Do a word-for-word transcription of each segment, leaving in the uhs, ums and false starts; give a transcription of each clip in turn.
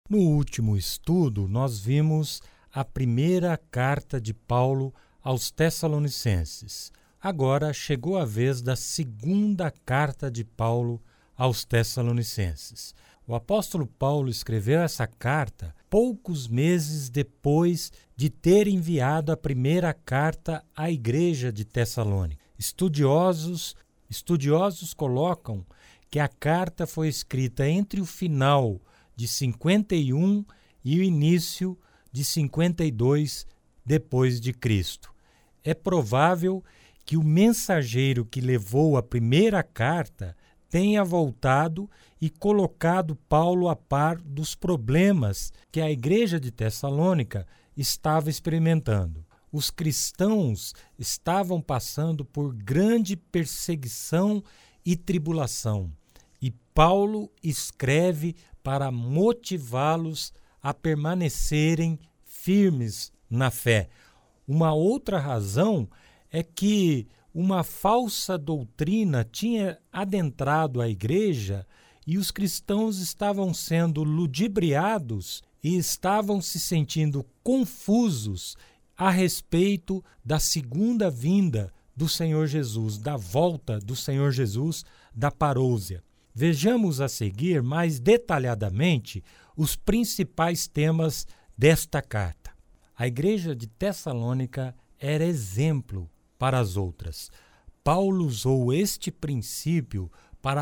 No último estudo, nós vimos a primeira carta de Paulo aos Tessalonicenses. Agora chegou a vez da segunda carta de Paulo aos Tessalonicenses. O apóstolo Paulo escreveu essa carta poucos meses depois de ter enviado a primeira carta à igreja de Tessalônica. Estudiosos, estudiosos colocam que a carta foi escrita entre o final de cinquenta e um e o início de cinquenta e dois depois de Cristo. É provável que o mensageiro que levou a primeira carta tenha voltado e colocado Paulo a par dos problemas que a igreja de Tessalônica estava experimentando. Os cristãos estavam passando por grande perseguição e tribulação, e Paulo escreve para motivá-los a permanecerem firmes na fé. Uma outra razão é que uma falsa doutrina tinha adentrado a igreja e os cristãos estavam sendo ludibriados e estavam se sentindo confusos a respeito da segunda vinda do Senhor Jesus, da volta do Senhor Jesus da parousia. Vejamos a seguir mais detalhadamente os principais temas desta carta. A igreja de Tessalônica era exemplo para as outras. Paulo usou este princípio para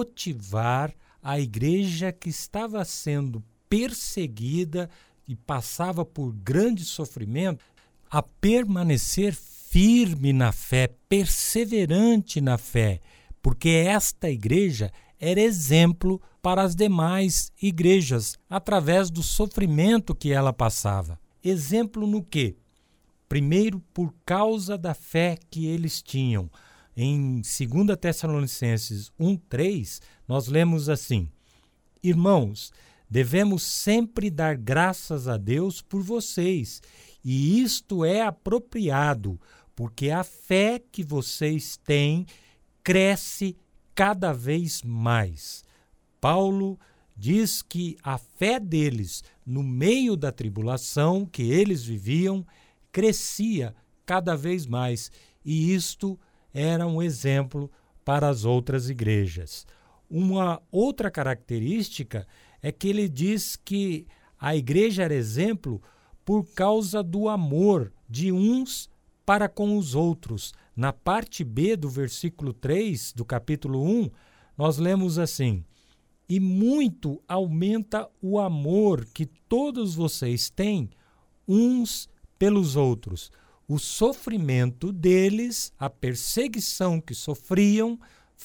motivar a igreja que estava sendo perseguida e passava por grande sofrimento a permanecer firme na fé, perseverante na fé, porque esta igreja era exemplo para as demais igrejas através do sofrimento que ela passava. Exemplo no quê? Primeiro, por causa da fé que eles tinham. Em segunda Tessalonicenses um, três, nós lemos assim: Irmãos, devemos sempre dar graças a Deus por vocês, e isto é apropriado, porque a fé que vocês têm cresce cada vez mais. Paulo diz que a fé deles, no meio da tribulação que eles viviam, crescia cada vez mais, e isto era um exemplo para as outras igrejas. Uma outra característica é que ele diz que a igreja era exemplo por causa do amor de uns para com os outros. Na parte B do versículo três do capítulo um, nós lemos assim: E muito aumenta o amor que todos vocês têm uns pelos outros. O sofrimento deles, a perseguição que sofriam,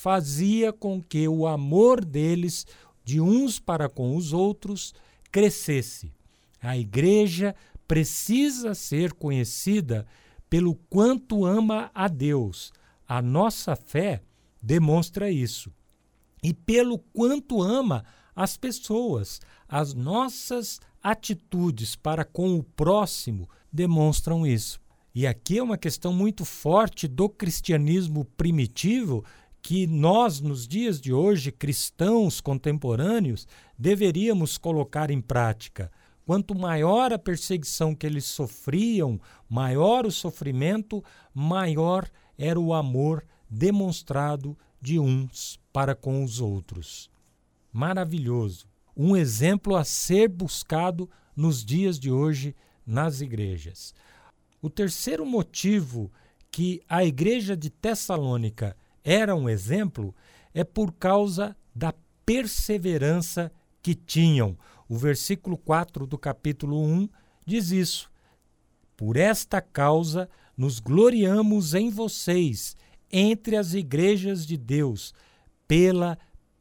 fazia com que o amor deles, de uns para com os outros, crescesse. A igreja precisa ser conhecida pelo quanto ama a Deus. A nossa fé demonstra isso. E pelo quanto ama as pessoas. As nossas atitudes para com o próximo demonstram isso. E aqui é uma questão muito forte do cristianismo primitivo que nós, nos dias de hoje, cristãos contemporâneos, deveríamos colocar em prática. Quanto maior a perseguição que eles sofriam, maior o sofrimento, maior era o amor demonstrado de uns para com os outros. Maravilhoso. Um exemplo a ser buscado nos dias de hoje nas igrejas. O terceiro motivo que a igreja de Tessalônica era um exemplo é por causa da perseverança que tinham. O versículo quatro do capítulo um diz isso: Por esta causa nos gloriamos em vocês, entre as igrejas de Deus, pela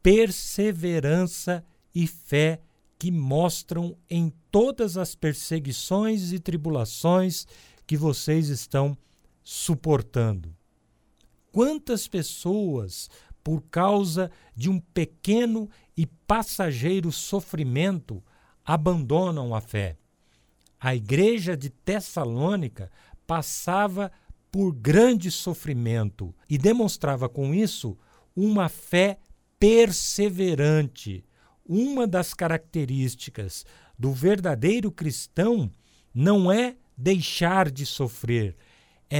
perseverança e fé que mostram em todas as perseguições e tribulações que vocês estão suportando. Quantas pessoas, por causa de um pequeno e passageiro sofrimento, abandonam a fé? A igreja de Tessalônica passava por grande sofrimento e demonstrava com isso uma fé perseverante. Uma das características do verdadeiro cristão não é deixar de sofrer, é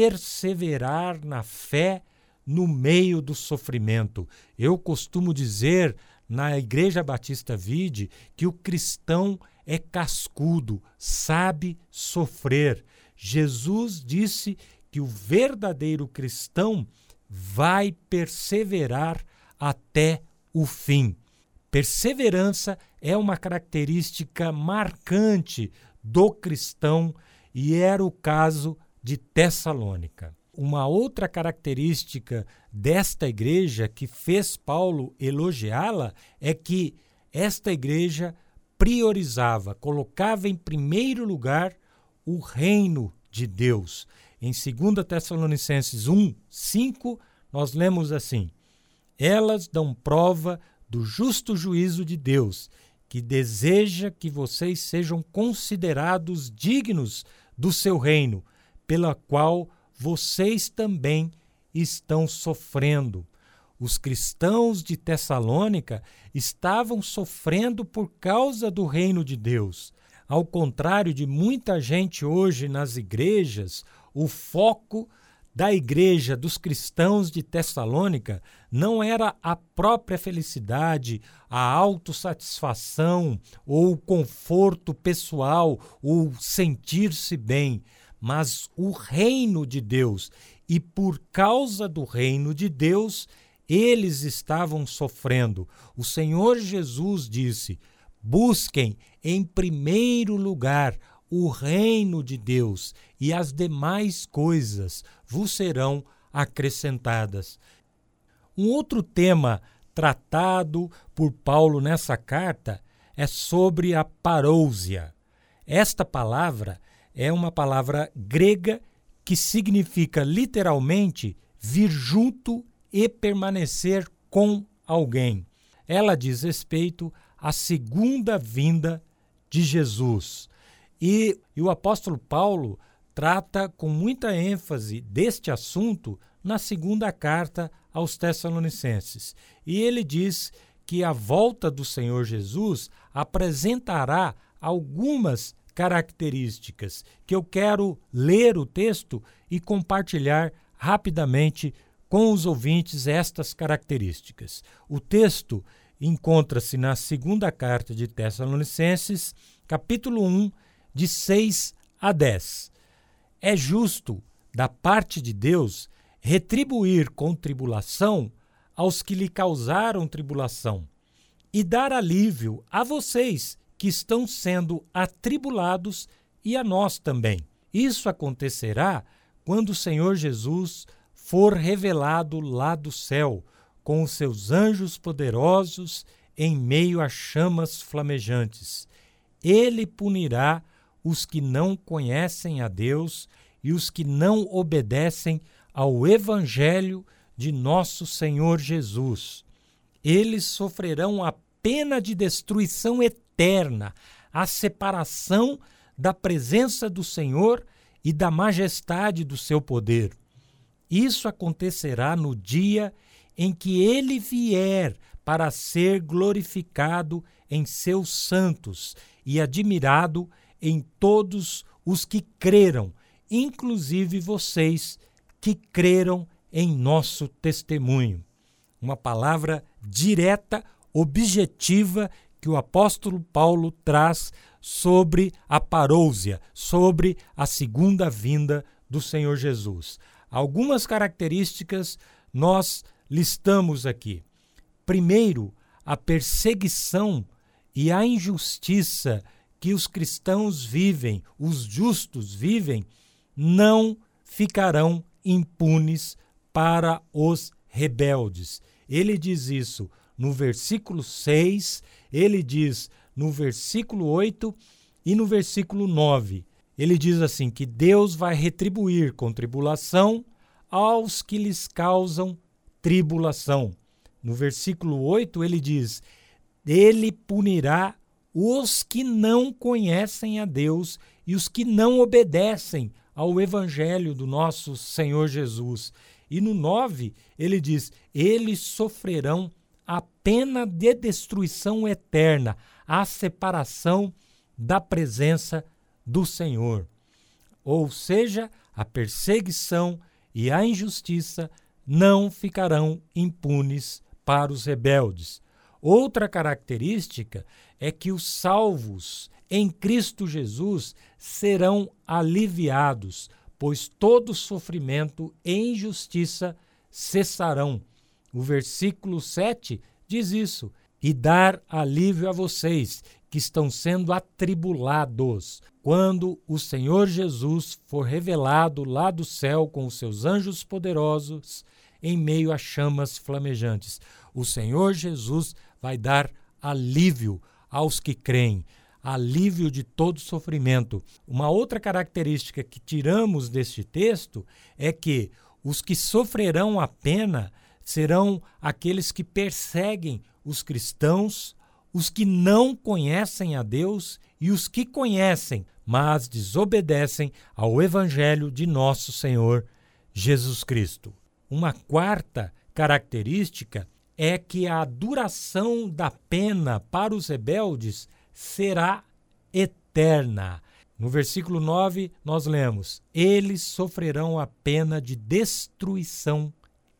perseverar na fé no meio do sofrimento. Eu costumo dizer na Igreja Batista Vide que o cristão é cascudo, sabe sofrer. Jesus disse que o verdadeiro cristão vai perseverar até o fim. Perseverança é uma característica marcante do cristão e era o caso de Tessalônica. Uma outra característica desta igreja que fez Paulo elogiá-la é que esta igreja priorizava, colocava em primeiro lugar o reino de Deus. Em dois Tessalonicenses um, cinco, nós lemos assim: elas dão prova do justo juízo de Deus, que deseja que vocês sejam considerados dignos do seu reino, pela qual vocês também estão sofrendo. Os cristãos de Tessalônica estavam sofrendo por causa do reino de Deus. Ao contrário de muita gente hoje nas igrejas, o foco da igreja dos cristãos de Tessalônica não era a própria felicidade, a autossatisfação ou o conforto pessoal, ou sentir-se bem, mas o reino de Deus. E por causa do reino de Deus, eles estavam sofrendo. O Senhor Jesus disse: busquem em primeiro lugar o reino de Deus, e as demais coisas vos serão acrescentadas. Um outro tema tratado por Paulo nessa carta é sobre a parousia. Esta palavra é uma palavra grega que significa literalmente vir junto e permanecer com alguém. Ela diz respeito à segunda vinda de Jesus. E, e o apóstolo Paulo trata com muita ênfase deste assunto na segunda carta aos Tessalonicenses. E ele diz que a volta do Senhor Jesus apresentará algumas características que eu quero ler o texto e compartilhar rapidamente com os ouvintes estas características. O texto encontra-se na segunda carta de Tessalonicenses, capítulo um, de seis a dez. É justo, da parte de Deus, retribuir com tribulação aos que lhe causaram tribulação e dar alívio a vocês que estão sendo atribulados e a nós também. Isso acontecerá quando o Senhor Jesus for revelado lá do céu, com os seus anjos poderosos em meio a chamas flamejantes. Ele punirá os que não conhecem a Deus e os que não obedecem ao Evangelho de nosso Senhor Jesus. Eles sofrerão a pena de destruição eterna, a separação da presença do Senhor e da majestade do seu poder. Isso acontecerá no dia em que ele vier para ser glorificado em seus santos e admirado em todos os que creram, inclusive vocês que creram em nosso testemunho. Uma palavra direta, objetiva, que o apóstolo Paulo traz sobre a parousia, sobre a segunda vinda do Senhor Jesus. Algumas características nós listamos aqui. Primeiro, a perseguição e a injustiça que os cristãos vivem, os justos vivem, não ficarão impunes para os rebeldes. Ele diz isso no versículo seis, ele diz no versículo oito e no versículo nove. Ele diz assim, que Deus vai retribuir com tribulação aos que lhes causam tribulação. No versículo oito ele diz, ele punirá os que não conhecem a Deus e os que não obedecem ao Evangelho do nosso Senhor Jesus. E no nove, ele diz, eles sofrerão a pena de destruição eterna, a separação da presença do Senhor. Ou seja, a perseguição e a injustiça não ficarão impunes para os rebeldes. Outra característica é que os salvos em Cristo Jesus serão aliviados, pois todo sofrimento e injustiça cessarão. O versículo sete diz isso: e dar alívio a vocês que estão sendo atribulados, quando o Senhor Jesus for revelado lá do céu com os seus anjos poderosos em meio a chamas flamejantes. O Senhor Jesus vai dar alívio aos que creem, alívio de todo sofrimento. Uma outra característica que tiramos deste texto é que os que sofrerão a pena serão aqueles que perseguem os cristãos, os que não conhecem a Deus e os que conhecem, mas desobedecem ao Evangelho de nosso Senhor Jesus Cristo. Uma quarta característica é que a duração da pena para os rebeldes será eterna. No versículo nove, nós lemos: eles sofrerão a pena de destruição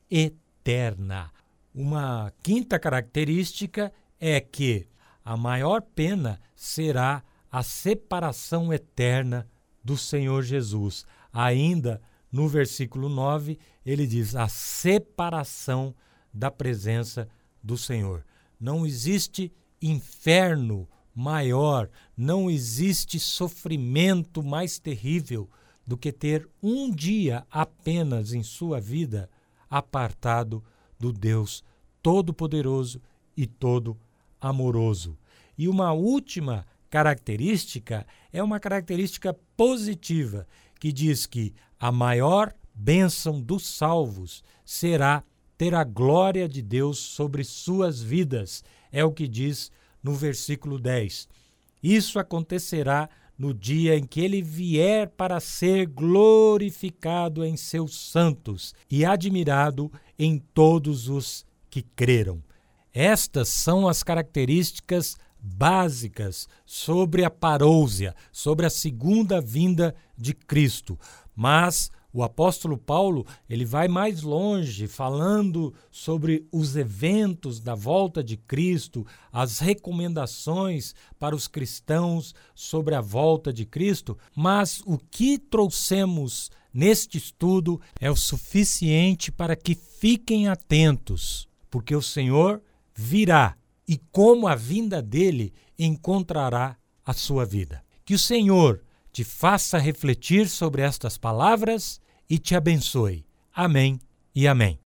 eterna. Uma quinta característica é que a maior pena será a separação eterna do Senhor Jesus. Ainda no versículo nove, ele diz a separação da presença do Senhor. Não existe inferno maior, não existe sofrimento mais terrível do que ter um dia apenas em sua vida apartado do Deus Todo-Poderoso e Todo-Amoroso. E uma última característica é uma característica positiva, que diz que a maior bênção dos salvos será ter a glória de Deus sobre suas vidas. É o que diz no versículo dez. Isso acontecerá no dia em que ele vier para ser glorificado em seus santos e admirado em todos os que creram. Estas são as características básicas sobre a parousia, sobre a segunda vinda de Cristo. Mas o apóstolo Paulo, ele vai mais longe, falando sobre os eventos da volta de Cristo, as recomendações para os cristãos sobre a volta de Cristo, mas o que trouxemos neste estudo é o suficiente para que fiquem atentos, porque o Senhor virá e como a vinda dele encontrará a sua vida. Que o Senhor te faça refletir sobre estas palavras e te abençoe. Amém e amém.